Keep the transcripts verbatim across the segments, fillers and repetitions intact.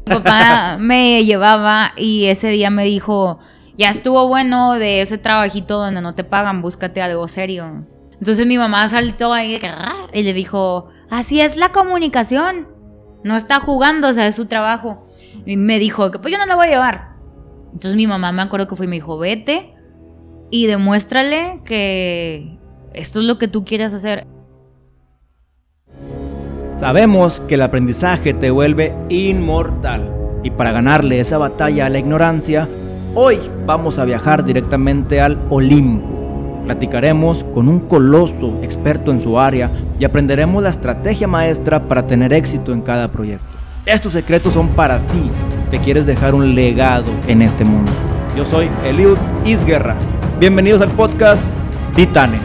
Mi papá me llevaba y ese día me dijo, ya estuvo bueno de ese trabajito donde no te pagan, búscate algo serio. Entonces mi mamá saltó ahí y le dijo, así es la comunicación, no está jugando, o sea, es su trabajo. Y me dijo, pues yo no la voy a llevar. Entonces mi mamá me acuerdo que fue y me dijo, vete y demuéstrale que esto es lo que tú quieres hacer. Sabemos que el aprendizaje te vuelve inmortal y para ganarle esa batalla a la ignorancia, hoy vamos a viajar directamente al Olimpo. Platicaremos con un coloso experto en su área y aprenderemos la estrategia maestra para tener éxito en cada proyecto. Estos secretos son para ti que quieres dejar un legado en este mundo. Yo soy Eliud Isguerra. Bienvenidos al podcast Titanes.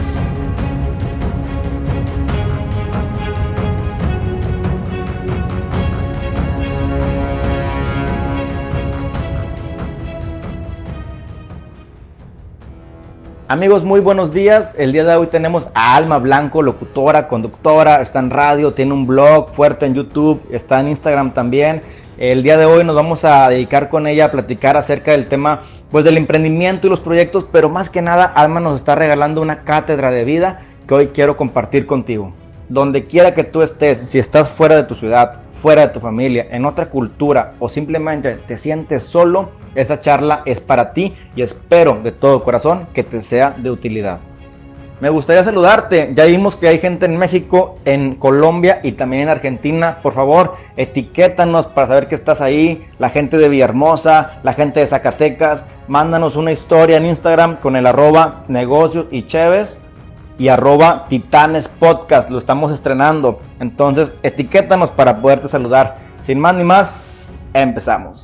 Amigos, muy buenos días. El día de hoy tenemos a Alma Blanco, locutora, conductora, está en radio, tiene un blog fuerte en YouTube, está en Instagram también. El día de hoy nos vamos a dedicar con ella a platicar acerca del tema pues del emprendimiento y los proyectos, pero más que nada Alma nos está regalando una cátedra de vida que hoy quiero compartir contigo. Donde quiera que tú estés, si estás fuera de tu ciudad, fuera de tu familia, en otra cultura o simplemente te sientes solo, esta charla es para ti y espero de todo corazón que te sea de utilidad. Me gustaría saludarte, ya vimos que hay gente en México, en Colombia y también en Argentina. Por favor, etiquétanos para saber que estás ahí, la gente de Villahermosa, la gente de Zacatecas, mándanos una historia en Instagram con el arroba negocios y cheves y arroba Titanes Podcast, lo estamos estrenando, entonces etiquétanos para poderte saludar. Sin más ni más, empezamos.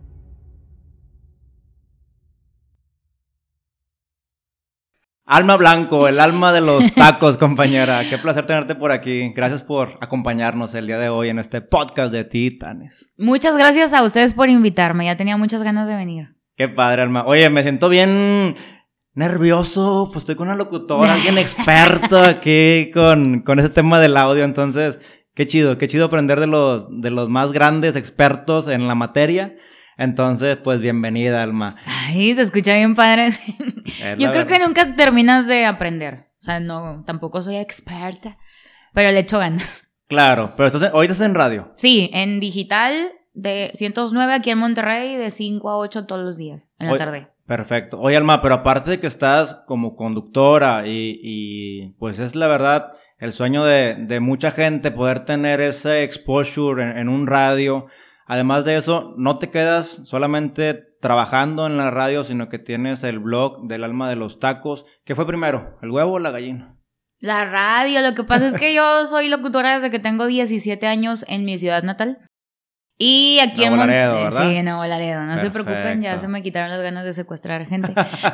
Alma Blanco, el alma de los tacos, compañera. Qué placer tenerte por aquí. Gracias por acompañarnos el día de hoy en este podcast de Titanes. Muchas gracias a ustedes por invitarme, ya tenía muchas ganas de venir. Qué padre, Alma. Oye, me siento bien nervioso, pues estoy con una locutora, alguien experto aquí con, con ese tema del audio, entonces, qué chido, qué chido aprender de los, de los más grandes expertos en la materia. Entonces, pues, bienvenida, Alma. Ay, se escucha bien padre. Yo creo verdad. que nunca terminas de aprender. O sea, no, tampoco soy experta, pero le echo ganas. Claro, pero estás en, hoy estás en radio. Sí, en digital de ciento nueve aquí en Monterrey, de cinco a ocho todos los días, en la hoy, tarde. Perfecto. Oye, Alma, pero aparte de que estás como conductora y, y pues es la verdad el sueño de, de mucha gente poder tener ese exposure en, en un radio. Además de eso, no te quedas solamente trabajando en la radio, sino que tienes el blog del Alma de los Tacos. ¿Qué fue primero, el huevo o la gallina? La radio. Lo que pasa es que yo soy locutora desde que tengo diecisiete años en mi ciudad natal. Y aquí Nuevo en Laredo, Mon- ¿verdad? Sí, en Nuevo Laredo. No Perfecto. Se preocupen, ya se me quitaron las ganas de secuestrar gente.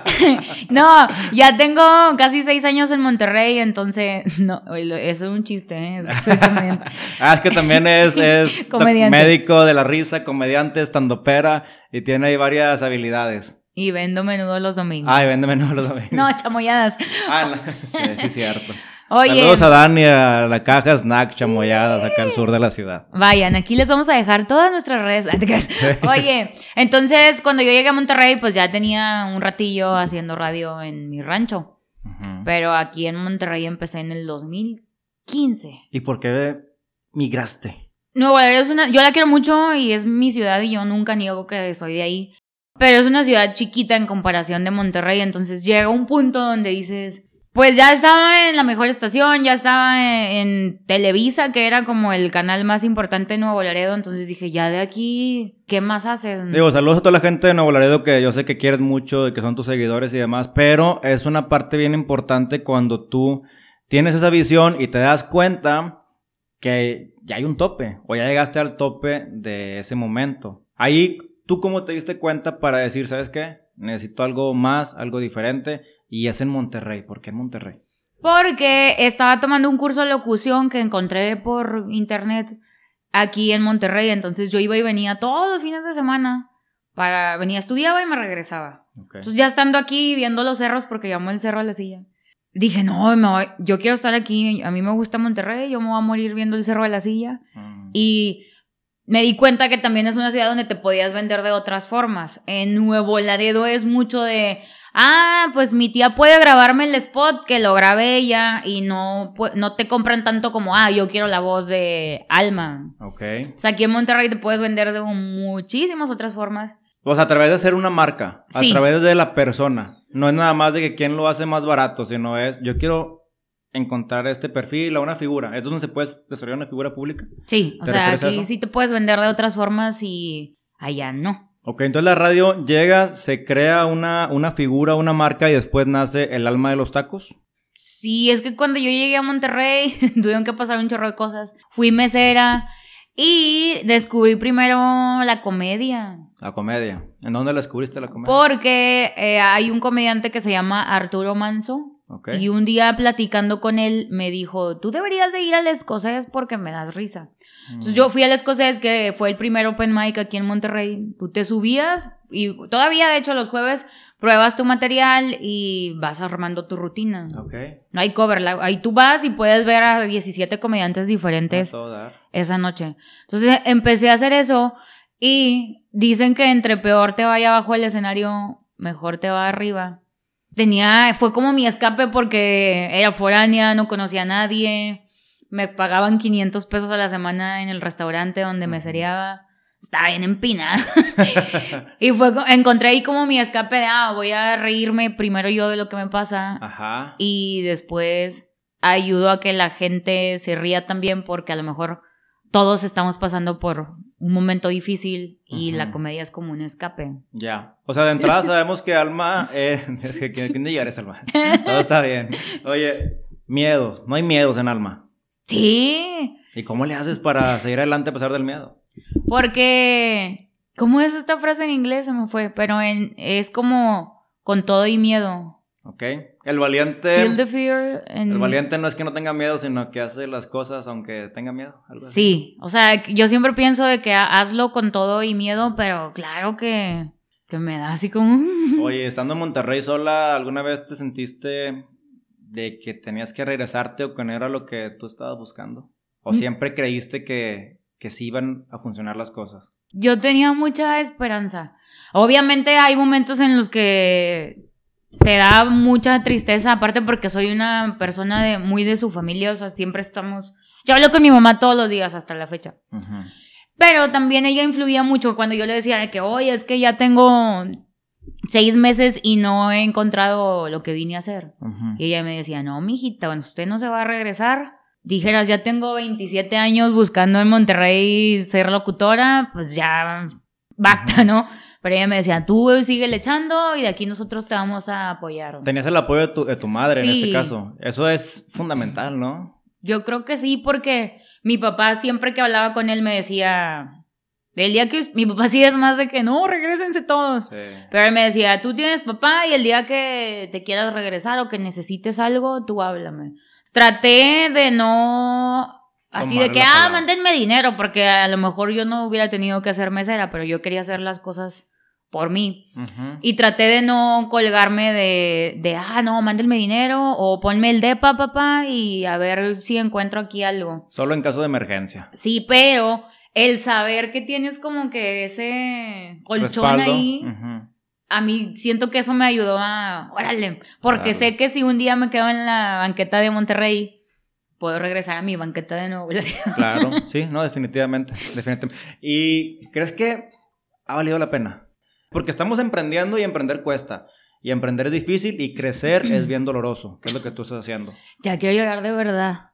No, ya tengo casi seis años en Monterrey, entonces, no, eso es un chiste, ¿eh? Soy comediante. Ah, es que también es, es médico de la risa, comediante, estandopera, y tiene ahí varias habilidades. Y vendo menudo los domingos. Ah, y vende menudo los domingos. No, chamoyadas. Ah, no, sí, sí, cierto. Oye, saludos a Dani, a la caja Snack Chamoyadas acá al sur de la ciudad. Vayan, aquí les vamos a dejar todas nuestras redes. Oye, entonces cuando yo llegué a Monterrey, pues ya tenía un ratillo haciendo radio en mi rancho. Uh-huh. Pero aquí en Monterrey empecé en el dos mil quince. ¿Y por qué migraste? Nuevo Laredo es una, yo la quiero mucho y es mi ciudad y yo nunca niego que soy de ahí. Pero es una ciudad chiquita en comparación de Monterrey, entonces llega un punto donde dices, pues ya estaba en la mejor estación, ya estaba en, en Televisa, que era como el canal más importante de Nuevo Laredo, entonces dije, ya de aquí, ¿qué más haces? Digo, saludos a toda la gente de Nuevo Laredo que yo sé que quieres mucho, que son tus seguidores y demás, pero es una parte bien importante cuando tú tienes esa visión y te das cuenta que ya hay un tope, o ya llegaste al tope de ese momento. Ahí, ¿tú cómo te diste cuenta para decir, ¿sabes qué? Necesito algo más, algo diferente? Y es en Monterrey. ¿Por qué en Monterrey? Porque estaba tomando un curso de locución que encontré por internet aquí en Monterrey. Entonces yo iba y venía todos los fines de semana. Para, venía, estudiaba y me regresaba. Okay. Entonces ya estando aquí viendo los cerros, porque llamo el Cerro a la Silla, dije, no, me voy, yo quiero estar aquí. A mí me gusta Monterrey, yo me voy a morir viendo el Cerro de la Silla. Mm. Y me di cuenta que también es una ciudad donde te podías vender de otras formas. En Nuevo Laredo es mucho de, ah, pues mi tía puede grabarme el spot, que lo grabe ella, y no, no te compran tanto como, ah, yo quiero la voz de Alma. Ok. O sea, aquí en Monterrey te puedes vender de muchísimas otras formas. O sea, a través de ser una marca, a Sí. través de la persona. No es nada más de que quién lo hace más barato, sino es, yo quiero encontrar este perfil o una figura. ¿Es donde se puede desarrollar una figura pública? Sí, o ¿Te sea, refieres a aquí eso? sí te puedes vender de otras formas y allá no. Ok, entonces la radio llega, se crea una, una figura, una marca y después nace el alma de los tacos. Sí, es que cuando yo llegué a Monterrey tuvieron que pasar un chorro de cosas. Fui mesera y descubrí primero la comedia. La comedia. ¿En dónde la descubriste la comedia? Porque eh, hay un comediante que se llama Arturo Manso. Okay. Y un día platicando con él me dijo, tú deberías de ir al Escocés porque me das risa. Mm. Entonces yo fui al Escocés, que fue el primer open mic aquí en Monterrey. Tú te subías y todavía de hecho los jueves pruebas tu material y vas armando tu rutina. Okay. No hay cover, la, ahí tú vas y puedes ver a diecisiete comediantes diferentes esa noche. Entonces empecé a hacer eso y dicen que entre peor te vaya abajo el escenario, mejor te va arriba. Tenía, fue como mi escape porque era foránea, no conocía a nadie, me pagaban quinientos pesos a la semana en el restaurante donde me seriaba, estaba bien empinada. Y fue, encontré ahí como mi escape de, ah, voy a reírme primero yo de lo que me pasa. Ajá. Y después ayudo a que la gente se ría también porque a lo mejor todos estamos pasando por un momento difícil y uh-huh. la comedia es como un escape. Ya. O sea, de entrada sabemos que Alma... Eh, es que ¿quién de llegar es Alma? Todo está bien. Oye, miedo. No hay miedos en Alma. Sí. ¿Y cómo le haces para seguir adelante a pesar del miedo? Porque... ¿Cómo es esta frase en inglés? Se me fue. Pero en, es como con todo y miedo. Ok. El valiente... Feel the fear. And... El valiente no es que no tenga miedo, sino que hace las cosas aunque tenga miedo. Algo así. Sí. O sea, yo siempre pienso de que hazlo con todo y miedo, pero claro que, que me da así como... Oye, estando en Monterrey sola, ¿alguna vez te sentiste de que tenías que regresarte o que no era lo que tú estabas buscando? ¿O siempre creíste que, que sí iban a funcionar las cosas? Yo tenía mucha esperanza. Obviamente hay momentos en los que... te da mucha tristeza, aparte porque soy una persona de muy de su familia, o sea, siempre estamos... Yo hablo con mi mamá todos los días hasta la fecha. Uh-huh. Pero también ella influía mucho cuando yo le decía de que, oye, es que ya tengo seis meses y no he encontrado lo que vine a hacer. Uh-huh. Y ella me decía, no, mijita, bueno, usted no se va a regresar. Dijeras, ya tengo veintisiete años buscando en Monterrey ser locutora, pues ya basta, uh-huh. ¿no? Pero ella me decía, tú sigue echando y de aquí nosotros te vamos a apoyar. Tenías el apoyo de tu, de tu madre sí. en este caso. Eso es fundamental, ¿no? Yo creo que sí, porque mi papá siempre que hablaba con él me decía... El día que... Mi papá sí es más de que no, regrésense todos. Sí. Pero él me decía, tú tienes papá y el día que te quieras regresar o que necesites algo, tú háblame. Traté de no... Así Tomar de que, ah, mándenme dinero, porque a lo mejor yo no hubiera tenido que hacer mesera, pero yo quería hacer las cosas por mí. Uh-huh. Y traté de no colgarme de, de, ah, no, mándenme dinero, o ponme el depa, papá, y a ver si encuentro aquí algo. Solo en caso de emergencia. Sí, pero el saber que tienes como que ese colchón Respaldo. Ahí, uh-huh. a mí siento que eso me ayudó a, órale, porque claro. sé que si un día me quedo en la banqueta de Monterrey, puedo regresar a mi banqueta de nuevo. Claro, sí, no, definitivamente, definitivamente. ¿Y crees que ha valido la pena? Porque estamos emprendiendo y emprender cuesta. Y emprender es difícil y crecer es bien doloroso. ¿Qué es lo que tú estás haciendo? Ya quiero llorar de verdad.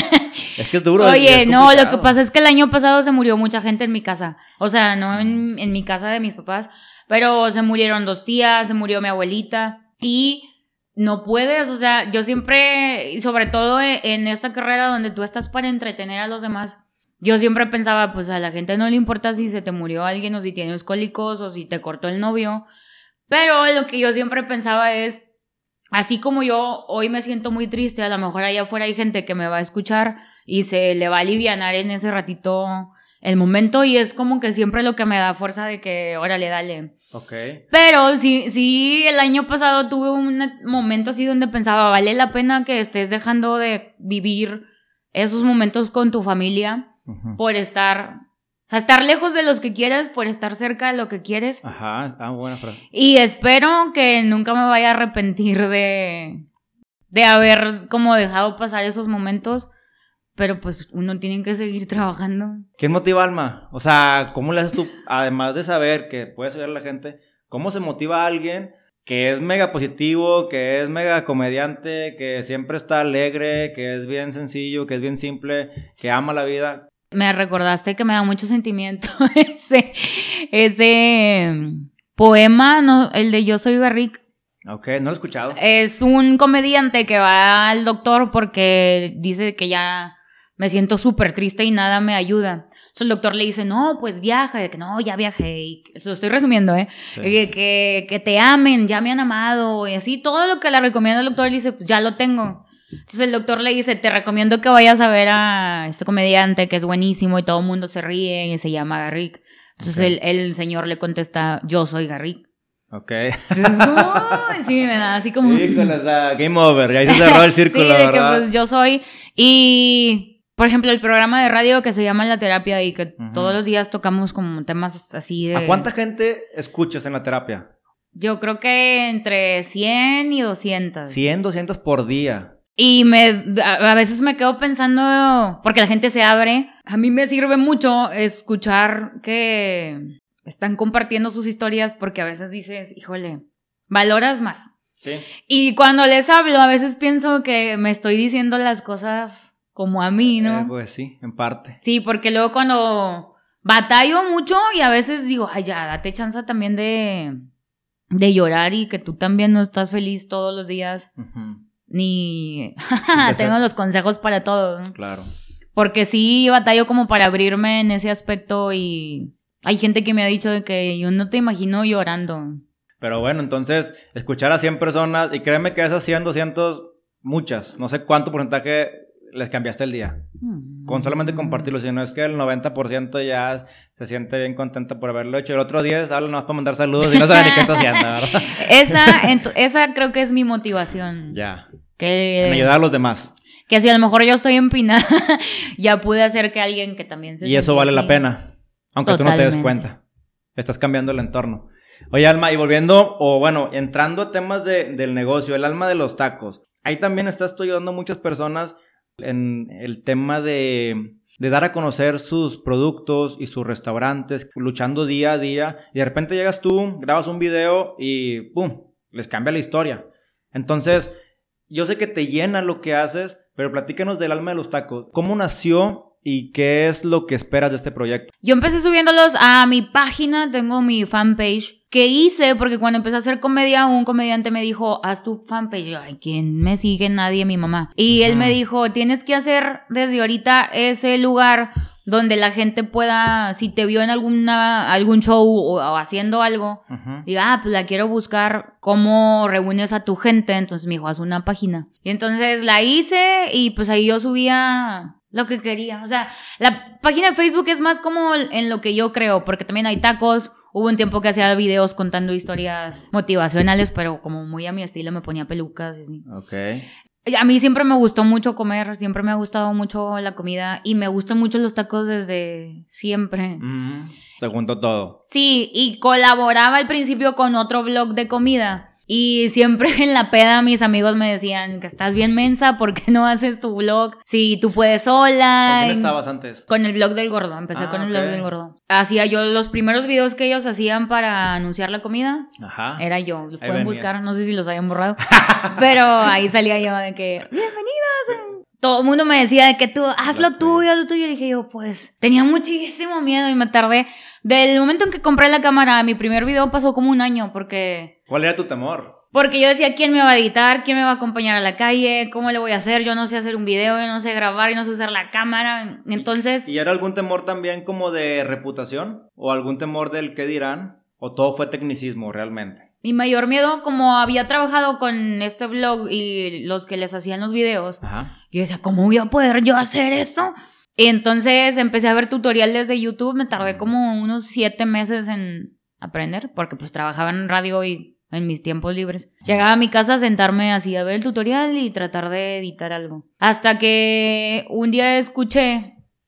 Es que es duro. Oye, es no, lo que pasa es que el año pasado se murió mucha gente en mi casa. O sea, no en, en mi casa de mis papás, pero se murieron dos tías, se murió mi abuelita. Y... no puedes, o sea, yo siempre, y sobre todo en esta carrera donde tú estás para entretener a los demás, yo siempre pensaba, pues a la gente no le importa si se te murió alguien o si tienes cólicos o si te cortó el novio, pero lo que yo siempre pensaba es, así como yo hoy me siento muy triste, a lo mejor allá afuera hay gente que me va a escuchar y se le va a alivianar en ese ratito el momento y es como que siempre lo que me da fuerza de que, órale, dale. Okay. Pero sí, sí, el año pasado tuve un momento así donde pensaba, vale la pena que estés dejando de vivir esos momentos con tu familia uh-huh. por estar sea, estar lejos de los que quieres por estar cerca de lo que quieres. Ajá, ah, buena frase. Y espero que nunca me vaya a arrepentir de, de haber como dejado pasar esos momentos. Pero pues uno tiene que seguir trabajando. ¿Quién motiva a Alma? O sea, ¿cómo le haces tú, además de saber que puedes ayudar a la gente, cómo se motiva a alguien que es mega positivo, que es mega comediante, que siempre está alegre, que es bien sencillo, que es bien simple, que ama la vida? Me recordaste que me da mucho sentimiento ese, ese poema, ¿no? El de Yo soy Garrick. Ok, no lo he escuchado. Es un comediante que va al doctor porque dice que ya me siento súper triste y nada me ayuda. Entonces el doctor le dice, no, pues viaja, de que no, ya viajé. Y se lo estoy resumiendo, ¿eh? Sí. Que, que, que te amen, ya me han amado. Y así, todo lo que le recomienda el doctor, le dice, pues ya lo tengo. Entonces el doctor le dice, te recomiendo que vayas a ver a este comediante que es buenísimo y todo el mundo se ríe y se llama Garrick. Entonces okay. el, el señor le contesta, yo soy Garrick. Ok. Entonces, oh, sí, me da así como... Híjole, o sea, game over, ya se cerró el círculo, sí, de ¿verdad? que pues yo soy... Y, por ejemplo, el programa de radio que se llama La Terapia y que uh-huh. todos los días tocamos como temas así de... ¿A cuánta gente escuchas en La Terapia? Yo creo que entre cien y doscientos. cien, doscientos por día. Y me, a veces me quedo pensando, porque la gente se abre, a mí me sirve mucho escuchar que están compartiendo sus historias porque a veces dices, híjole, valoras más. Sí. Y cuando les hablo, a veces pienso que me estoy diciendo las cosas como a mí, ¿no? Eh, pues sí, en parte. Sí, porque luego cuando batallo mucho y a veces digo, ay, ya, date chance también de, de llorar y que tú también no estás feliz todos los días. Uh-huh. Ni tengo los consejos para todos, ¿no? Claro. Porque sí batallo como para abrirme en ese aspecto y hay gente que me ha dicho de que yo no te imagino llorando. Pero bueno, entonces, escuchar a cien personas, y créeme que esas cien, doscientos, muchas, no sé cuánto porcentaje les cambiaste el día. Mm. Con solamente compartirlo, si no es que el noventa por ciento ya se siente bien contenta por haberlo hecho. El otro diez habla nomás para mandar saludos y no sabe ni qué está haciendo, ¿verdad? Esa, ent- esa creo que es mi motivación. Ya. Que, en ayudar a los demás. Que si a lo mejor yo estoy empinada, ya pude hacer que alguien que también se Y eso vale así. La pena, aunque Totalmente. Tú no te des cuenta. Estás cambiando el entorno. Oye, Alma, y volviendo, o bueno, entrando a temas de, del negocio, el alma de los tacos. Ahí también estás tú ayudando a muchas personas en el tema de, de dar a conocer sus productos y sus restaurantes, luchando día a día. Y de repente llegas tú, grabas un video y ¡pum! Les cambia la historia. Entonces, yo sé que te llena lo que haces, pero platícanos del alma de los tacos. ¿Cómo nació? ¿Y qué es lo que esperas de este proyecto? Yo empecé subiéndolos a mi página, tengo mi fanpage, que hice porque cuando empecé a hacer comedia, un comediante me dijo, haz tu fanpage. Yo, ay, ¿quién me sigue? Nadie, mi mamá. Y uh-huh. él me dijo, tienes que hacer desde ahorita ese lugar donde la gente pueda, si te vio en alguna, algún show o, o haciendo algo, uh-huh. diga, ah, pues la quiero buscar, cómo reúnes a tu gente. Entonces me dijo, haz una página. Y entonces la hice y pues ahí yo subía lo que quería. O sea, la página de Facebook es más como en lo que yo creo, porque también hay tacos. Hubo un tiempo que hacía videos contando historias motivacionales, pero como muy a mi estilo, me ponía pelucas y así. Ok. A mí siempre me gustó mucho comer, siempre me ha gustado mucho la comida y me gustan mucho los tacos desde siempre. Mm, se juntó todo. Sí, y colaboraba al principio con otro blog de comida. Y siempre en la peda mis amigos me decían que estás bien mensa, ¿por qué no haces tu blog? Si tú puedes sola. ¿Con quién estabas antes? Con el blog del gordo, empecé ah, con el okay. blog del gordo. Hacía yo los primeros videos que ellos hacían para anunciar la comida. Ajá. Era yo, los ahí pueden venía. Buscar, no sé si los hayan borrado. Pero ahí salía yo de que, bienvenidos. Todo el mundo me decía de que tú, hazlo tú y hazlo tú. Y dije yo, pues, tenía muchísimo miedo y me tardé. Del momento en que compré la cámara, mi primer video pasó como un año porque... ¿Cuál era tu temor? Porque yo decía, ¿quién me va a editar? ¿Quién me va a acompañar a la calle? ¿Cómo le voy a hacer? Yo no sé hacer un video, yo no sé grabar, yo no sé usar la cámara. Entonces... ¿Y era algún temor también como de reputación? ¿O algún temor del qué dirán? ¿O todo fue tecnicismo realmente? Mi mayor miedo, como había trabajado con este blog y los que les hacían los videos, ajá. yo decía, ¿cómo voy a poder yo hacer eso? Y entonces empecé a ver tutoriales de YouTube, me tardé como unos siete meses en aprender, porque pues trabajaba en radio y en mis tiempos libres. Llegaba a mi casa a sentarme así a ver el tutorial y tratar de editar algo. Hasta que un día escuché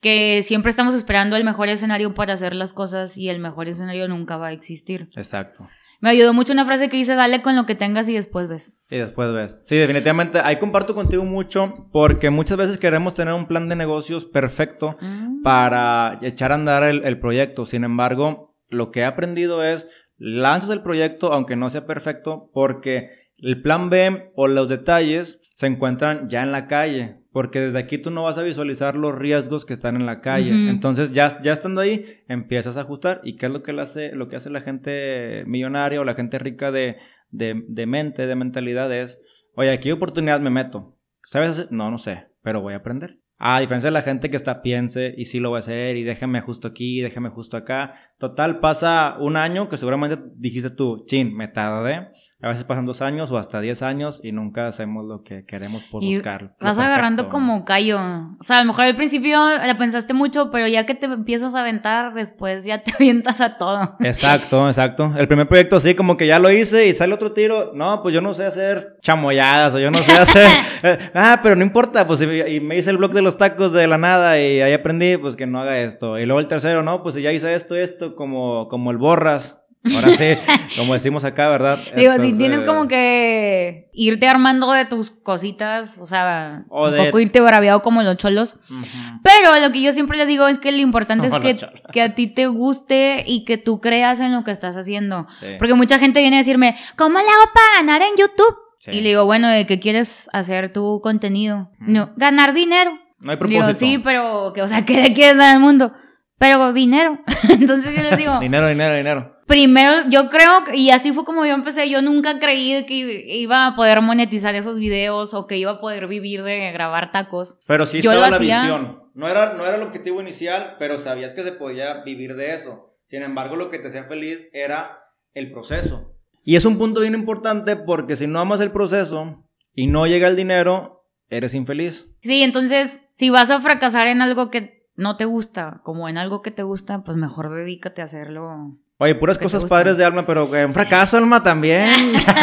que siempre estamos esperando el mejor escenario para hacer las cosas y el mejor escenario nunca va a existir. Exacto. Me ayudó mucho una frase que dice, dale con lo que tengas y después ves. Y después ves. Sí, definitivamente. Ahí comparto contigo mucho porque muchas veces queremos tener un plan de negocios perfecto mm. para echar a andar el, el proyecto. Sin embargo, lo que he aprendido es, lanzas el proyecto aunque no sea perfecto porque el plan B o los detalles se encuentran ya en la calle. Porque desde aquí tú no vas a visualizar los riesgos que están en la calle. Uh-huh. Entonces, ya, ya estando ahí, empiezas a ajustar. ¿Y qué es lo que, le hace, lo que hace la gente millonaria o la gente rica de, de, de mente, de mentalidad? Es, oye, aquí hay oportunidad, me meto. ¿Sabes hacer? No, no sé, pero voy a aprender. A diferencia de la gente que está, piense, y sí lo voy a hacer, y déjame justo aquí, déjame justo acá. Total, pasa un año que seguramente dijiste tú, chin, me tardé. A veces pasan dos años o hasta diez años y nunca hacemos lo que queremos por y buscar. Vas agarrando como callo. O sea, a lo mejor al principio la pensaste mucho, pero ya que te empiezas a aventar, después ya te avientas a todo. Exacto, exacto. El primer proyecto sí, como que ya lo hice y sale otro tiro. No, pues yo no sé hacer chamoyadas o yo no sé hacer... ah, pero no importa, pues y me hice el blog de los tacos de la nada y ahí aprendí, pues que no haga esto. Y luego el tercero, no, pues ya hice esto, esto, como, como el Borras. Ahora sí, como decimos acá, ¿verdad? Digo, Entonces, si tienes como que irte armando de tus cositas, o sea, o un de... poco irte braviado como los cholos. Uh-huh. Pero lo que yo siempre les digo es que lo importante es que, que a ti te guste y que tú creas en lo que estás haciendo. Sí. Porque mucha gente viene a decirme, ¿cómo le hago para ganar en YouTube? Sí. Y le digo, bueno, ¿de qué quieres hacer tu contenido? Uh-huh. No, ganar dinero. No hay propósito. Digo, sí, pero, que, o sea, ¿qué le quieres dar al mundo? Pero dinero. Entonces yo les digo... dinero, dinero, dinero. Primero, yo creo, y así fue como yo empecé, yo nunca creí que iba a poder monetizar esos videos o que iba a poder vivir de grabar tacos. Pero sí estaba la visión. No era, no era el objetivo inicial, pero sabías que se podía vivir de eso. Sin embargo, lo que te hacía feliz era el proceso. Y es un punto bien importante porque si no amas el proceso y no llega el dinero, eres infeliz. Sí, entonces, si vas a fracasar en algo que no te gusta, como en algo que te gusta, pues mejor dedícate a hacerlo. Oye, puras cosas padres de Alma, pero un fracaso, Alma, también.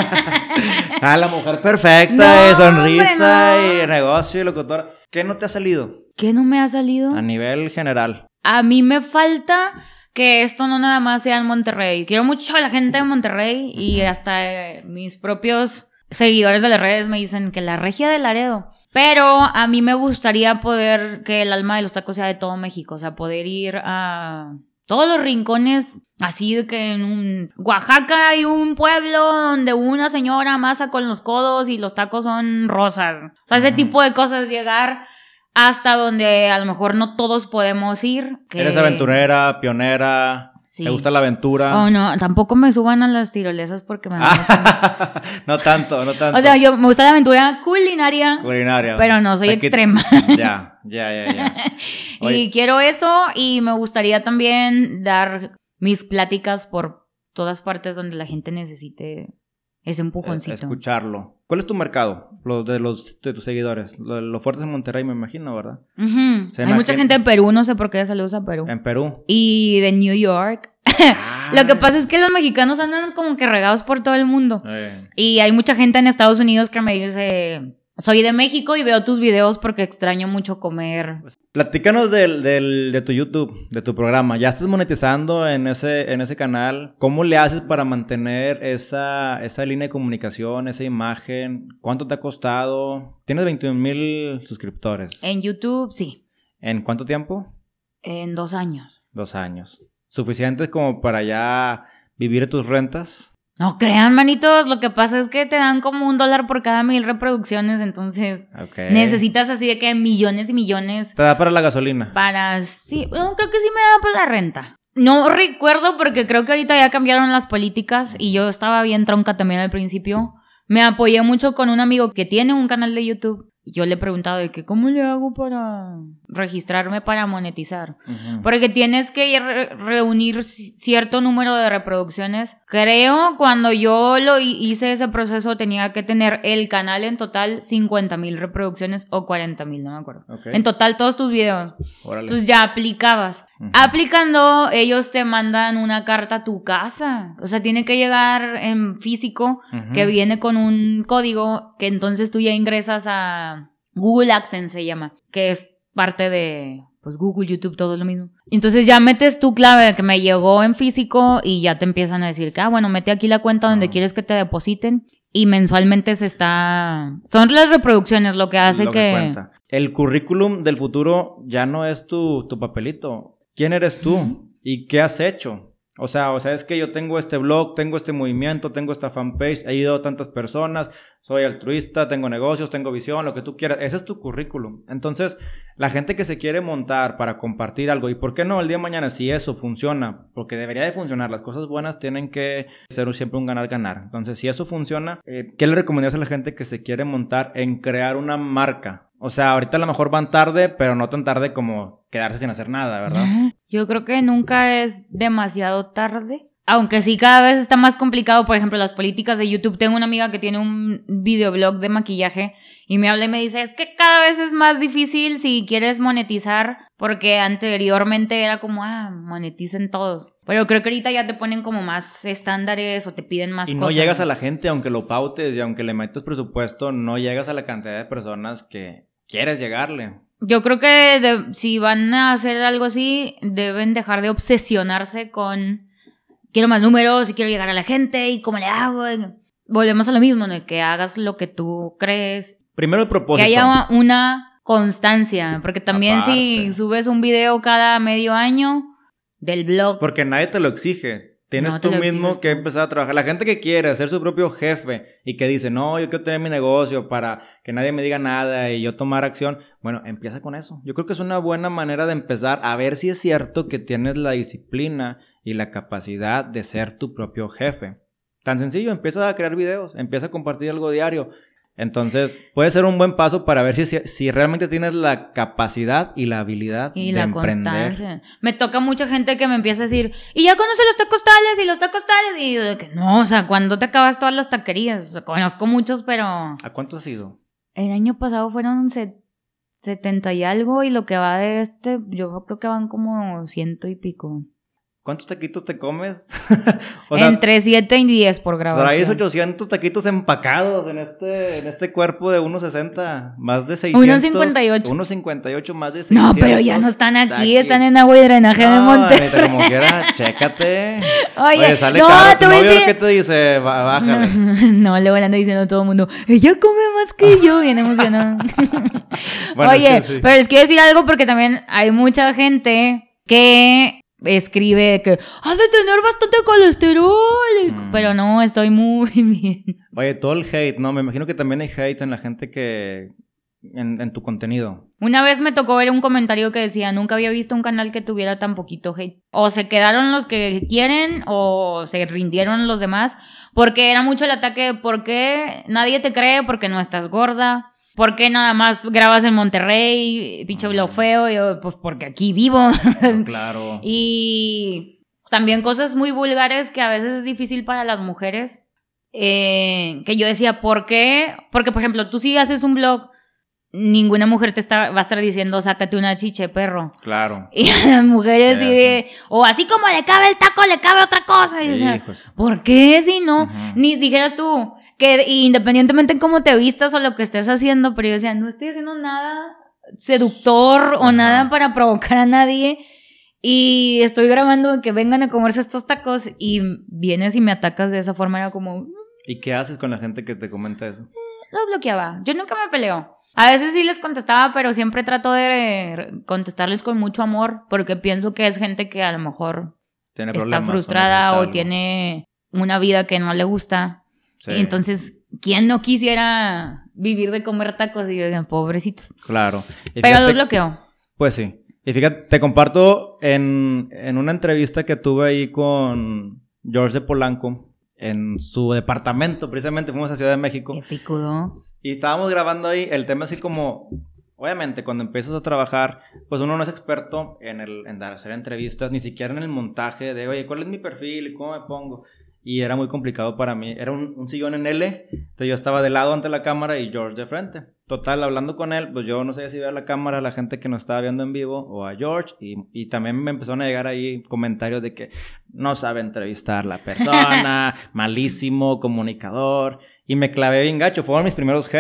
Ah, la mujer perfecta, no, sonrisa hombre, no. Y negocio y locutora. ¿Qué no te ha salido? ¿Qué no me ha salido? A nivel general. A mí me falta que esto no nada más sea en Monterrey. Quiero mucho a la gente de Monterrey y hasta eh, mis propios seguidores de las redes me dicen que la regia de Laredo. Pero a mí me gustaría poder que el Alma de los Tacos sea de todo México. O sea, poder ir a todos los rincones, así de que en un Oaxaca hay un pueblo donde una señora amasa con los codos y los tacos son rosas. O sea, ese uh-huh. tipo de cosas, llegar hasta donde a lo mejor no todos podemos ir. Que... Eres aventurera, pionera... Sí. ¿Te gusta la aventura? Oh, no, tampoco me suban a las tirolesas porque me da mucho... No tanto, no tanto. O sea, yo me gusta la aventura culinaria. Culinaria. Pero no soy Aquí... extrema. Ya, ya, ya, ya. Y quiero eso y me gustaría también dar mis pláticas por todas partes donde la gente necesite ese empujoncito. Escucharlo. ¿Cuál es tu mercado? Los de los de tus seguidores. Los, los fuertes en Monterrey, me imagino, ¿verdad? Uh-huh. Hay imagina... mucha gente de Perú, no sé por qué. Saludos a Perú. En Perú. Y de New York. Ah. Lo que pasa es que los mexicanos andan como que regados por todo el mundo. Eh. Y hay mucha gente en Estados Unidos que me dice... Soy de México y veo tus videos porque extraño mucho comer. Platícanos del, del, de tu YouTube, de tu programa. ¿Ya estás monetizando en ese, en ese canal? ¿Cómo le haces para mantener esa, esa línea de comunicación, esa imagen? ¿Cuánto te ha costado? Tienes veintiún mil suscriptores. En YouTube, sí. ¿En cuánto tiempo? En dos años. Dos años. ¿Suficientes como para ya vivir de tus rentas? No crean, manitos, lo que pasa es que te dan como un dólar por cada mil reproducciones, entonces okay. necesitas así de que millones y millones. ¿Te da para la gasolina? Para, sí, no, creo que sí me da para la renta. No recuerdo porque creo que ahorita ya cambiaron las políticas y yo estaba bien tronca también al principio. Me apoyé mucho con un amigo que tiene un canal de YouTube. Yo le he preguntado de que ¿cómo le hago para registrarme para monetizar? Uh-huh. Porque tienes que re- reunir cierto número de reproducciones. Creo cuando yo lo hice ese proceso tenía que tener el canal en total cincuenta mil reproducciones o cuarenta mil, no me acuerdo. Okay. En total todos tus videos. Órale. Entonces ya aplicabas. Uh-huh. Aplicando, ellos te mandan una carta a tu casa. O sea, tiene que llegar en físico, uh-huh. que viene con un código que entonces tú ya ingresas a Google AdSense, se llama, que es parte de, pues Google, YouTube, todo es lo mismo. Entonces ya metes tu clave que me llegó en físico y ya te empiezan a decir que, ah, bueno, mete aquí la cuenta donde uh-huh. quieres que te depositen y mensualmente se está... Son las reproducciones lo que hace lo que... que... Cuenta. El currículum del futuro ya no es tu, tu papelito. ¿Quién eres tú? Uh-huh. ¿Y qué has hecho? O sea, o sea, es que yo tengo este blog, tengo este movimiento, tengo esta fanpage, he ido a tantas personas, soy altruista, tengo negocios, tengo visión, lo que tú quieras. Ese es tu currículum. Entonces, la gente que se quiere montar para compartir algo, ¿y por qué no el día de mañana si eso funciona? Porque debería de funcionar. Las cosas buenas tienen que ser siempre un ganar-ganar. Entonces, si eso funciona, eh, ¿qué le recomendarías a la gente que se quiere montar en crear una marca? O sea, ahorita a lo mejor van tarde, pero no tan tarde como quedarse sin hacer nada, ¿verdad? Yo creo que nunca es demasiado tarde. Aunque sí, cada vez está más complicado. Por ejemplo, las políticas de YouTube. Tengo una amiga que tiene un videoblog de maquillaje y me habla y me dice, es que cada vez es más difícil si quieres monetizar, porque anteriormente era como, ah, moneticen todos. Pero creo que ahorita ya te ponen como más estándares o te piden más y cosas. Y no llegas a la gente, aunque lo pautes y aunque le metas presupuesto, no llegas a la cantidad de personas que quieres llegarle. Yo creo que de, si van a hacer algo así, deben dejar de obsesionarse con quiero más números y quiero llegar a la gente y cómo le hago. Volvemos a lo mismo, ¿no? Que hagas lo que tú crees. Primero el propósito. Que haya una constancia, porque también aparte, si subes un video cada medio año del blog. Porque nadie te lo exige. Tienes no tú mismo que empezar a trabajar. La gente que quiere ser su propio jefe y que dice, no, yo quiero tener mi negocio para que nadie me diga nada y yo tomar acción. Bueno, empieza con eso. Yo creo que es una buena manera de empezar a ver si es cierto que tienes la disciplina y la capacidad de ser tu propio jefe. Tan sencillo, empieza a crear videos, empieza a compartir algo diario. Entonces, puede ser un buen paso para ver si, si, si realmente tienes la capacidad y la habilidad y de la emprender. Constancia. Me toca mucha gente que me empieza a decir, y ya conoce los tacos tales y los tacos tales. Y yo de que no, o sea, ¿cuándo te acabas todas las taquerías? O sea, conozco muchos, pero... ¿A cuánto has ido? El año pasado fueron set, setenta y algo, y lo que va de este, yo creo que van como ciento y pico. ¿Cuántos taquitos te comes? O sea, entre siete y diez por grabación. Traes ochocientos taquitos empacados en este, en este cuerpo de uno sesenta. Más de seiscientos. uno cincuenta y ocho. uno cincuenta y ocho, más de seiscientos. No, pero ya no están aquí, taquis. Están en agua y drenaje no, de Monterrey. Como quiera, chécate. Oye, Oye sale no, caro. ¿Tu novio decir... qué te dice? Bájale. No, no, luego le anda diciendo a todo el mundo, ella come más que yo, bien emocionado. Bueno, oye, es que sí. Pero les quiero decir algo porque también hay mucha gente que... escribe que has de tener bastante colesterol, mm. pero no, estoy muy bien. Oye, todo el hate, ¿no? Me imagino que también hay hate en la gente que... En, en tu contenido. Una vez me tocó ver un comentario que decía, nunca había visto un canal que tuviera tan poquito hate. O se quedaron los que quieren o se rindieron los demás, porque era mucho el ataque de ¿por qué nadie te cree? Porque no estás gorda. ¿Por qué nada más grabas en Monterrey? Pinche blog feo. Yo, pues porque aquí vivo. Claro. Y también cosas muy vulgares que a veces es difícil para las mujeres. Eh, que yo decía, ¿por qué? Porque, por ejemplo, tú si haces un blog, ninguna mujer te está, va a estar diciendo, sácate una chiche, perro. Claro. Y a las mujeres sí de, o así como le cabe el taco, le cabe otra cosa. Y o sea, ¿por qué si no? Uh-huh. Ni dijeras tú... que independientemente en cómo te vistas o lo que estés haciendo, pero yo decía, no estoy haciendo nada seductor o Ajá. nada para provocar a nadie y estoy grabando que vengan a comerse estos tacos y vienes y me atacas de esa forma, era como... ¿Y qué haces con la gente que te comenta eso? Lo bloqueaba, yo nunca me peleo. A veces sí les contestaba, pero siempre trato de contestarles con mucho amor porque pienso que es gente que a lo mejor tiene está frustrada o tiene una vida que no le gusta. Sí. Y entonces, ¿quién no quisiera vivir de comer tacos? Y yo digo, pobrecitos. Claro. Y pero los bloqueo. Pues sí. Y fíjate, te comparto en, en una entrevista que tuve ahí con George de Polanco, en su departamento, precisamente fuimos a Ciudad de México. Qué picudo. Y estábamos grabando ahí el tema así como... Obviamente, cuando empiezas a trabajar, pues uno no es experto en, el, en dar, hacer entrevistas, ni siquiera en el montaje de, oye, ¿cuál es mi perfil y cómo me pongo? Y era muy complicado para mí. Era un, un sillón en L, entonces yo estaba de lado ante la cámara y George de frente. Total, hablando con él, pues yo no sabía si ver a la cámara, a la gente que nos estaba viendo en vivo o a George. Y, y también me empezaron a llegar ahí comentarios de que no sabe entrevistar a la persona, malísimo, comunicador. Y me clavé bien gacho, fueron mis primeros hates.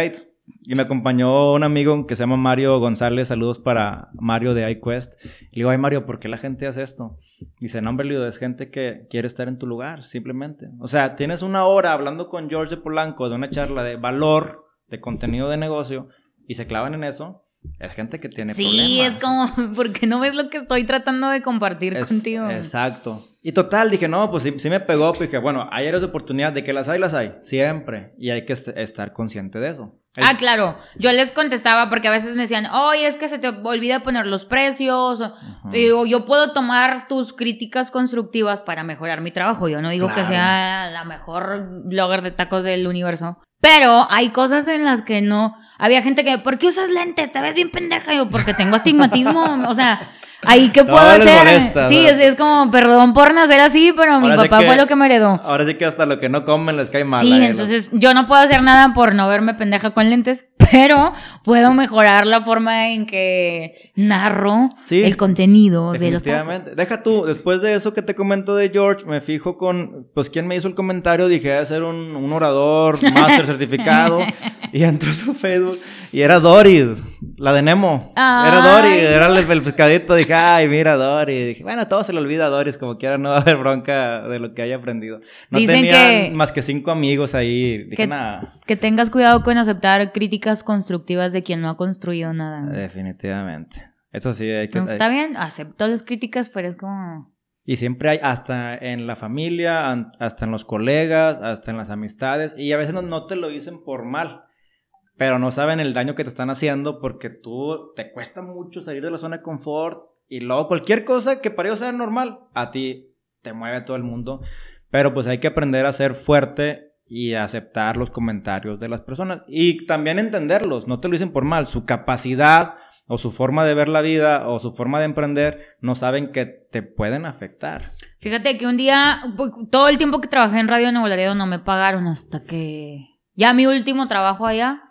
Y me acompañó un amigo que se llama Mario González. Saludos para Mario de iQuest. Y le digo, ay Mario, ¿por qué la gente hace esto? Dice, no hombre, Lido, es gente que quiere estar en tu lugar, simplemente. O sea, tienes una hora hablando con George de Polanco de una charla de valor, de contenido de negocio, y se clavan en eso. Es gente que tiene sí, problemas. Sí, es como, ¿por qué no ves lo que estoy tratando de compartir es, contigo? Exacto. Y total, dije, no, pues sí, sí me pegó. Pues dije, bueno, hay áreas de oportunidad, de que las hay, las hay, siempre. Y hay que est- estar consciente de eso. El... Ah, claro. Yo les contestaba porque a veces me decían, oye, es que se te olvida poner los precios. Uh-huh. Y digo, yo puedo tomar tus críticas constructivas para mejorar mi trabajo. Yo no digo claro. que sea la mejor blogger de tacos del universo. Pero hay cosas en las que no... Había gente que, ¿por qué usas lentes? Te ves bien pendeja. Yo, porque tengo astigmatismo. O sea... ¿Ahí qué puedo no, hacer? Molesta, sí, ¿no? es, es como, perdón por nacer así, pero ahora mi papá sí que, fue lo que me heredó. Ahora sí que hasta lo que no comen les cae mal. Sí, entonces los... yo no puedo hacer nada por no verme pendeja con lentes, pero puedo mejorar la forma en que narro sí, el contenido de los tacos. Deja tú, después de eso que te comento de George, me fijo con, pues, ¿quién me hizo el comentario? Dije, debe ser un, un orador, máster certificado, y entró su Facebook, y era Doris, la de Nemo. Ay. Era Doris, era el, el pescadito, dije, ay, mira Doris. Dije, bueno, todo se le olvida a Doris, como quiera, no va a haber bronca de lo que haya aprendido. No Dicen tenían que, más que cinco amigos ahí. Dije, que, nada. Que tengas cuidado con aceptar críticas constructivas de quien no ha construido nada. Definitivamente. Eso sí, hay que... Entonces, está bien, acepto las críticas, pero es como... Y siempre hay, hasta en la familia, hasta en los colegas, hasta en las amistades, y a veces no, no te lo dicen por mal. Pero no saben el daño que te están haciendo porque tú te cuesta mucho salir de la zona de confort y luego cualquier cosa que para ellos sea normal, a ti te mueve todo el mundo. Pero pues hay que aprender a ser fuerte y a aceptar los comentarios de las personas y también entenderlos. No te lo dicen por mal. Su capacidad o su forma de ver la vida o su forma de emprender no saben que te pueden afectar. Fíjate que un día, todo el tiempo que trabajé en Radio Nuevo Laredo no me pagaron hasta que ya mi último trabajo allá.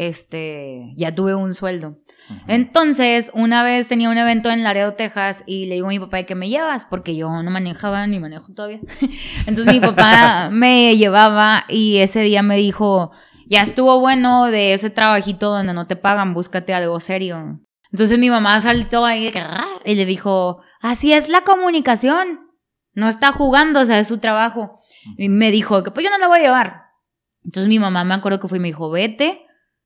Este, ya tuve un sueldo. Uh-huh. Entonces, una vez tenía un evento en Laredo, Texas, y le digo a mi papá, ¿de qué me llevas? Porque yo no manejaba, ni manejo todavía. Entonces, mi papá me llevaba, y ese día me dijo, ya estuvo bueno de ese trabajito donde no te pagan, búscate algo serio. Entonces, mi mamá saltó ahí, y le dijo, así es la comunicación. No está jugando, o sea, es su trabajo. Y me dijo, que pues yo no la voy a llevar. Entonces, mi mamá me acuerdo que fue y me dijo, vete,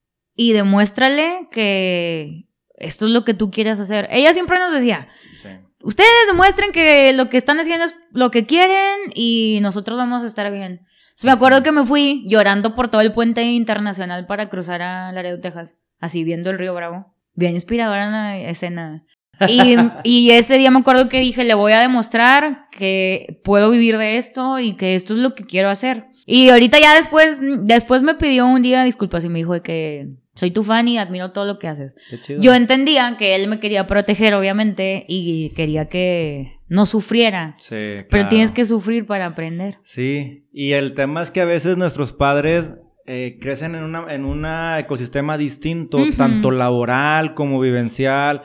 y demuéstrale que esto es lo que tú quieres hacer. Ella siempre nos decía, sí. Ustedes demuestren que lo que están haciendo es lo que quieren y nosotros vamos a estar bien. Entonces, me acuerdo que me fui llorando por todo el puente internacional para cruzar a Laredo, Texas, así viendo el río Bravo. Bien inspiradora en la escena. Y, y ese día me acuerdo que dije, le voy a demostrar que puedo vivir de esto y que esto es lo que quiero hacer. Y ahorita ya después, después me pidió un día disculpas y me dijo de que soy tu fan y admiro todo lo que haces. Qué chido. Yo entendía que él me quería proteger, obviamente, y quería que no sufriera. Sí, claro. Pero tienes que sufrir para aprender. Sí, y el tema es que a veces nuestros padres eh, crecen en una en un ecosistema distinto, uh-huh. tanto laboral como vivencial,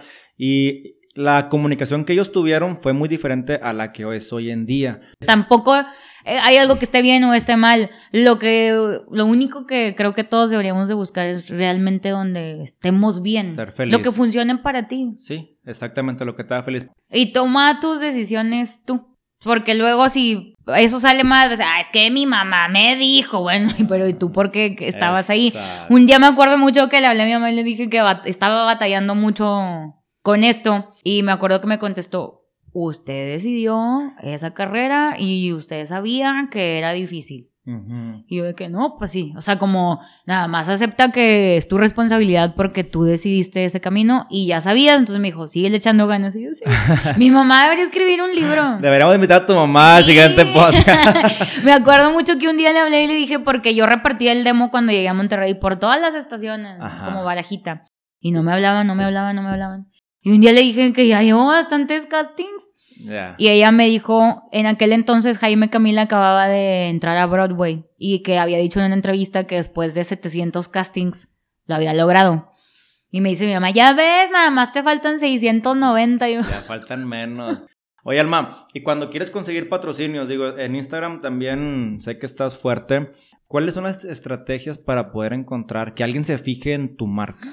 y la comunicación que ellos tuvieron fue muy diferente a la que hoy es hoy en día. Tampoco hay algo que esté bien o esté mal. Lo que, lo único que creo que todos deberíamos de buscar es realmente donde estemos bien. Ser feliz. Lo que funcione para ti. Sí, exactamente lo que te haga feliz. Y toma tus decisiones tú. Porque luego si eso sale mal, pues, ah, es que mi mamá me dijo, bueno, pero ¿y tú por qué estabas Exacto. ahí? Un día me acuerdo mucho que le hablé a mi mamá y le dije que bat- estaba batallando mucho con esto. Y me acuerdo que me contestó, usted decidió esa carrera y usted sabía que era difícil. Uh-huh. Y yo de que no, pues sí. O sea, como nada más acepta que es tu responsabilidad porque tú decidiste ese camino y ya sabías. Entonces me dijo, sigue echando ganas. Y yo, sí. Mi mamá debería escribir un libro. Deberíamos invitar a tu mamá al sí. siguiente podcast. Me acuerdo mucho que un día le hablé y le dije, porque yo repartía el demo cuando llegué a Monterrey por todas las estaciones, Ajá. como barajita. Y no me hablaban, no me hablaban, no me hablaban. Y un día le dije que ya llevó bastantes castings. Yeah. Y ella me dijo, en aquel entonces Jaime Camila acababa de entrar a Broadway y que había dicho en una entrevista que después de setecientos castings lo había logrado. Y me dice mi mamá, ya ves, nada más te faltan seiscientos noventa. Y yo, ya faltan menos. Oye, Alma, y cuando quieres conseguir patrocinios, digo, en Instagram también sé que estás fuerte. ¿Cuáles son las estrategias para poder encontrar que alguien se fije en tu marca?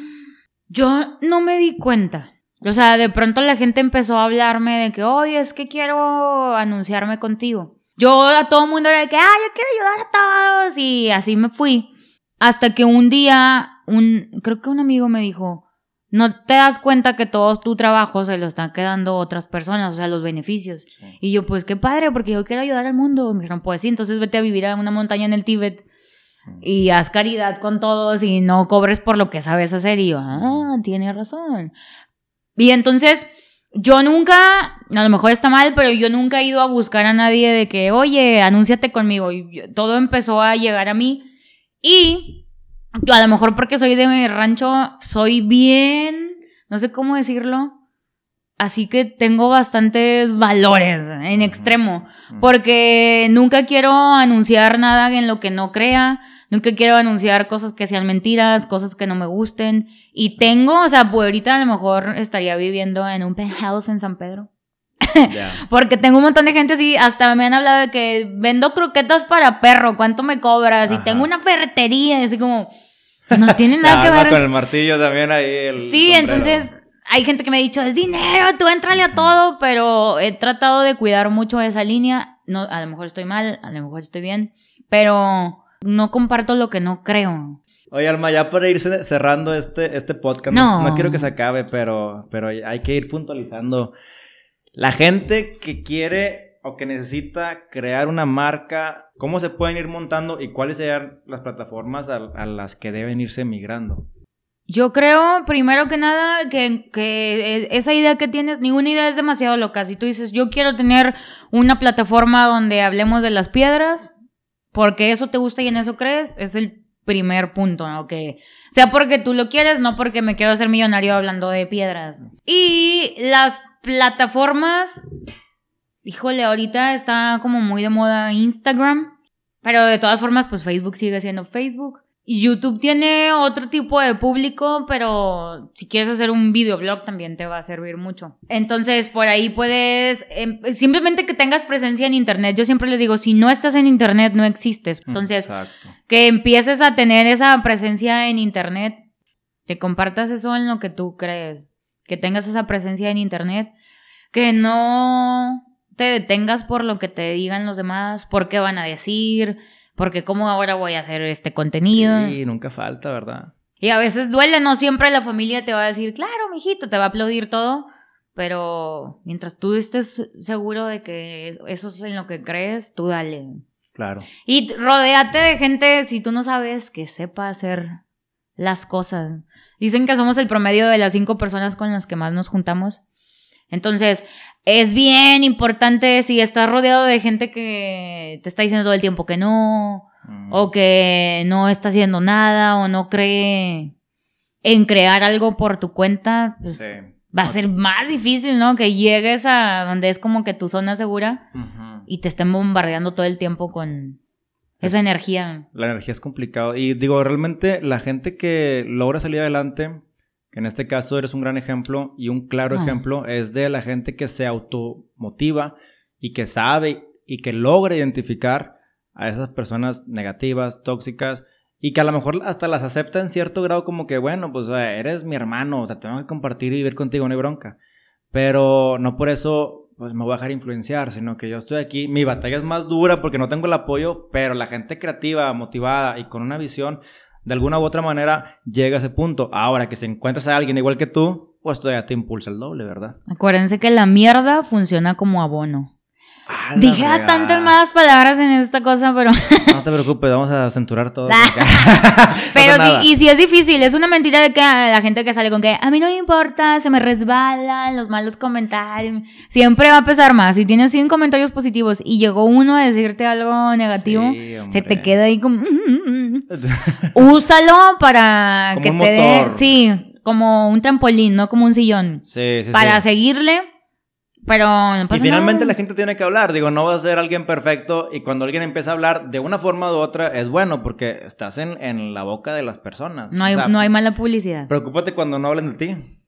Yo no me di cuenta. O sea, de pronto la gente empezó a hablarme de que, oye, es que quiero anunciarme contigo. Yo a todo el mundo era de que, ah, yo quiero ayudar a todos. Y así me fui. Hasta que un día, un, creo que un amigo me dijo, no te das cuenta que todo tu trabajo se lo están quedando otras personas, o sea, los beneficios. Sí. Y yo, pues qué padre, porque yo quiero ayudar al mundo. Me dijeron, pues sí, entonces vete a vivir a una montaña en el Tíbet y haz caridad con todos y no cobres por lo que sabes hacer. Y yo, ah, tiene razón. Y entonces, yo nunca, a lo mejor está mal, pero yo nunca he ido a buscar a nadie de que, oye, anúnciate conmigo. Y todo empezó a llegar a mí. Y a lo mejor porque soy de mi rancho, soy bien, no sé cómo decirlo, así que tengo bastantes valores en extremo, porque nunca quiero anunciar nada en lo que no crea, nunca quiero anunciar cosas que sean mentiras, cosas que no me gusten, y tengo, o sea, pues ahorita a lo mejor estaría viviendo en un penthouse en San Pedro. Yeah. Porque tengo un montón de gente así, hasta me han hablado de que vendo croquetas para perro, ¿cuánto me cobras? Ajá. Y tengo una ferretería, así como, no tiene nada que ver. Con el martillo también ahí. El sí, sombrero. Entonces hay gente que me ha dicho, es dinero, tú éntrale a todo, pero he tratado de cuidar mucho esa línea. No, a lo mejor estoy mal, a lo mejor estoy bien, pero no comparto lo que no creo. Oye, Alma, ya para ir cerrando este, este podcast, no. no, no quiero que se acabe, pero, pero hay que ir puntualizando. La gente que quiere o que necesita crear una marca, ¿cómo se pueden ir montando y cuáles serían las plataformas a, a las que deben irse migrando? Yo creo, primero que nada, que, que esa idea que tienes, ninguna idea es demasiado loca. Si tú dices, yo quiero tener una plataforma donde hablemos de las piedras, porque eso te gusta y en eso crees, es el primer punto, ¿no? Que sea porque tú lo quieres, no porque me quiero hacer millonario hablando de piedras. Y las plataformas, híjole, ahorita está como muy de moda Instagram, pero de todas formas, pues Facebook sigue siendo Facebook. Y YouTube tiene otro tipo de público, pero si quieres hacer un videoblog también te va a servir mucho. Entonces, por ahí puedes, eh, simplemente que tengas presencia en internet. Yo siempre les digo, si no estás en internet, no existes. Entonces, exacto, que empieces a tener esa presencia en internet, que compartas eso en lo que tú crees, que tengas esa presencia en internet, que no te detengas por lo que te digan los demás, por qué van a decir, porque cómo ahora voy a hacer este contenido. Sí, nunca falta, ¿verdad? Y a veces duele, no siempre la familia te va a decir, claro, mijito, te va a aplaudir todo, pero mientras tú estés seguro de que eso es en lo que crees, tú dale. Claro. Y rodéate de gente, si tú no sabes, que sepa hacer las cosas. Dicen que somos el promedio de las cinco personas con las que más nos juntamos. Entonces, es bien importante si estás rodeado de gente que te está diciendo todo el tiempo que no, mm. o que no está haciendo nada, o no cree en crear algo por tu cuenta, pues sí. va a ser más difícil, ¿no? Que llegues a donde es como que tu zona segura uh-huh. y te estén bombardeando todo el tiempo con esa energía. La energía es complicado. Y digo, realmente la gente que logra salir adelante, que en este caso eres un gran ejemplo y un claro ah. ejemplo, es de la gente que se automotiva y que sabe y que logra identificar a esas personas negativas, tóxicas, y que a lo mejor hasta las acepta en cierto grado como que, bueno, pues o sea, eres mi hermano, o sea, tengo que compartir y vivir contigo, no hay bronca. Pero no por eso pues me voy a dejar influenciar, sino que yo estoy aquí, mi batalla es más dura porque no tengo el apoyo, pero la gente creativa, motivada y con una visión, de alguna u otra manera llega a ese punto. Ahora que si encuentras a alguien igual que tú, pues todavía te impulsa el doble, ¿verdad? Acuérdense que la mierda funciona como abono. Ah, dije bastantes más palabras en esta cosa, pero... No te preocupes, vamos a censurar todo. Pero no sí, y sí es difícil, es una mentira de que la gente que sale con que a mí no me importa, se me resbalan los malos comentarios, siempre va a pesar más. Si tienes cien comentarios positivos y llegó uno a decirte algo negativo, sí, se te queda ahí como... Úsalo para como que te dé... Sí, como un trampolín, no como un sillón. Sí, sí, para sí. seguirle... Pero no pasa y finalmente nada. La gente tiene que hablar, digo, no va a ser alguien perfecto, y cuando alguien empieza a hablar de una forma u otra es bueno porque estás en, en la boca de las personas. No hay, o sea, no hay mala publicidad. Preocúpate cuando no hablen de ti.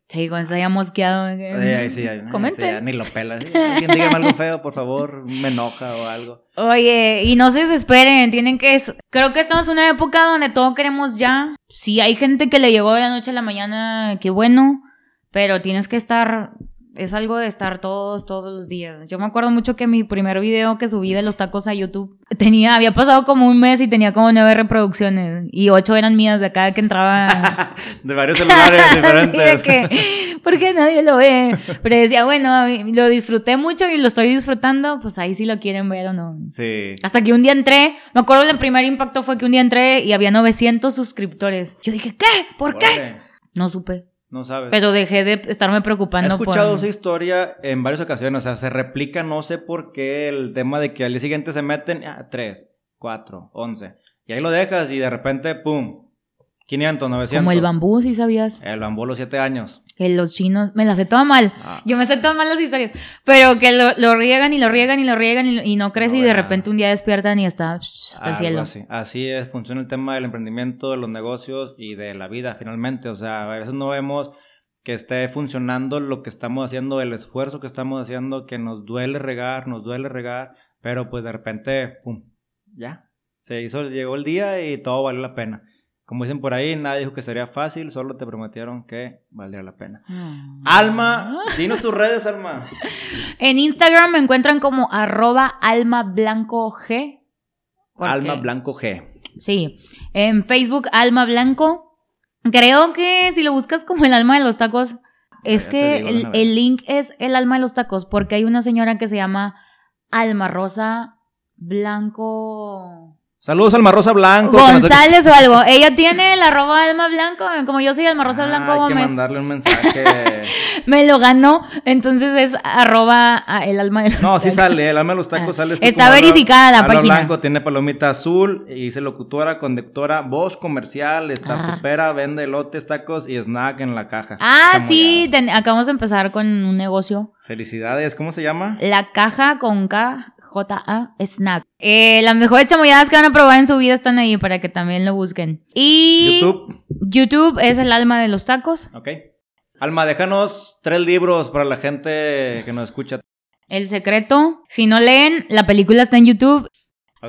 Sí, cuando está ya mosqueado. Sí, ahí sí, ahí, comenten. Sí, ni lo pela. ¿Sí? Alguien dígame algo feo, por favor, me enoja o algo. Oye, y no se desesperen, tienen que... Creo que estamos en una época donde todo queremos ya. Sí, hay gente que le llegó de la noche a la mañana, qué bueno, pero tienes que estar... Es algo de estar todos, todos los días. Yo me acuerdo mucho que mi primer video que subí de los tacos a YouTube tenía, había pasado como un mes y tenía como nueve reproducciones. Y ocho eran mías de cada que entraba. De varios celulares diferentes. Sí, de que, porque nadie lo ve. Pero decía, bueno, lo disfruté mucho y lo estoy disfrutando, pues ahí sí lo quieren ver o no. Sí. Hasta que un día entré, me acuerdo el primer impacto fue que un día entré y había novecientos suscriptores. Yo dije, ¿qué? ¿Por qué? Órale. No supe. No sabes. Pero dejé de estarme preocupando. He escuchado por... esa historia en varias ocasiones. O sea, se replica, no sé por qué, el tema de que al día siguiente se meten ah, tres, cuatro, once. Y ahí lo dejas y de repente, pum, quinientos, novecientos. Como el bambú, ¿sí sabías? El bambú, los siete años. Que los chinos... Me las sé todas mal. Ah. Yo me sé todas mal las historias. Pero que lo, lo riegan y lo riegan y lo riegan y, y no crece No, y de ya. repente un día despiertan y está hasta el Algo cielo. Así, así es, funciona el tema del emprendimiento, de los negocios y de la vida, finalmente. O sea, a veces no vemos que esté funcionando lo que estamos haciendo, el esfuerzo que estamos haciendo, que nos duele regar, nos duele regar, pero pues de repente, pum, ya, se hizo, llegó el día y todo valió la pena. Como dicen por ahí, nadie dijo que sería fácil, solo te prometieron que valdría la pena. Mm. Alma, dinos tus redes, Alma. En Instagram me encuentran como arroba alma blanco g. Alma Blanco G. Sí. En Facebook, Alma Blanco. Creo que si lo buscas como el alma de los tacos, es ya que te digo, el, déjame ver. el link es el alma de los tacos, porque hay una señora que se llama Alma Rosa Blanco... Saludos, Alma Rosa Blanco. que nos- González o algo. Ella tiene el arroba Alma Blanco, como yo soy Alma Rosa Ah, Blanco hay que Gómez. mandarle un mensaje. Me lo ganó, entonces es arroba a el alma de los No, sí tacos. sale, el alma de los tacos sale. Está como Alma- verificada la Alma página. Blanco tiene palomita azul, y dice locutora, conductora, voz comercial, está Ah. supera, vende elotes, tacos y snack en la caja. Ah, Chamoyada. sí, ten- acabamos de empezar con un negocio. Felicidades, ¿cómo se llama? La caja con K, J A, Snack. Eh, las mejores chamoyadas que van a probar en su vida están ahí para que también lo busquen. Y YouTube. YouTube es el alma de los tacos. Ok. Alma, déjanos tres libros para la gente que nos escucha. El secreto. Si no leen, la película está en YouTube. Ok.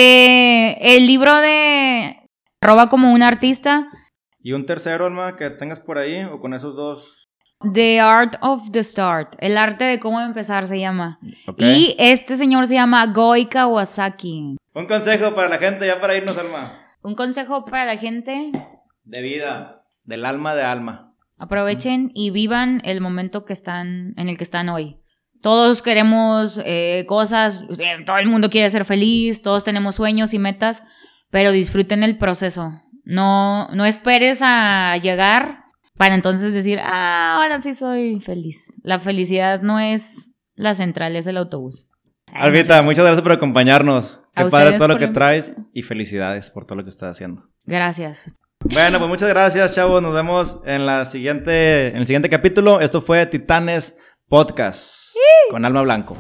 Este, el libro de Roba como un artista. ¿Y un tercero, Alma, que tengas por ahí o con esos dos? The Art of the Start. El arte de cómo empezar se llama. Ok. Y este señor se llama Goi Kawasaki. Un consejo para la gente ya para irnos, Alma. Un consejo para la gente. De vida, del alma de Alma. Aprovechen y vivan el momento que están, en el que están hoy. Todos queremos eh, cosas, eh, todo el mundo quiere ser feliz, todos tenemos sueños y metas, pero disfruten el proceso. No, no esperes a llegar para entonces decir, ah, ahora sí soy feliz. La felicidad no es la central, es el autobús. Ay, Alvita, no sé. muchas gracias por acompañarnos. A Qué padre ustedes todo lo por que la- traes y felicidades por todo lo que estás haciendo. Gracias. Bueno, pues muchas gracias, chavos. Nos vemos en la siguiente, en el siguiente capítulo. Esto fue Titanes Podcast con Alma Blanco.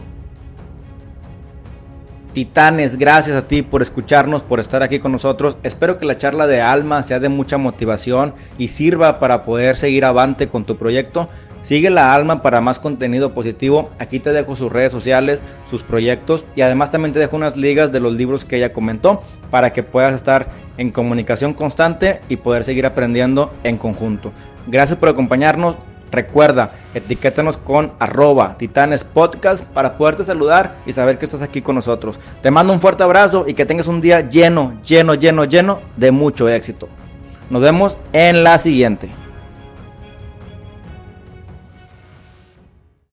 Titanes, gracias a ti por escucharnos, por estar aquí con nosotros. Espero que la charla de Alma sea de mucha motivación y sirva para poder seguir avante con tu proyecto. Sigue la Alma para más contenido positivo. Aquí te dejo sus redes sociales, sus proyectos y además también te dejo unas ligas de los libros que ella comentó para que puedas estar en comunicación constante y poder seguir aprendiendo en conjunto. Gracias por acompañarnos. Recuerda, etiquétanos con arroba Titanes Podcast para poderte saludar y saber que estás aquí con nosotros. Te mando un fuerte abrazo y que tengas un día lleno, lleno, lleno, lleno de mucho éxito. Nos vemos en la siguiente.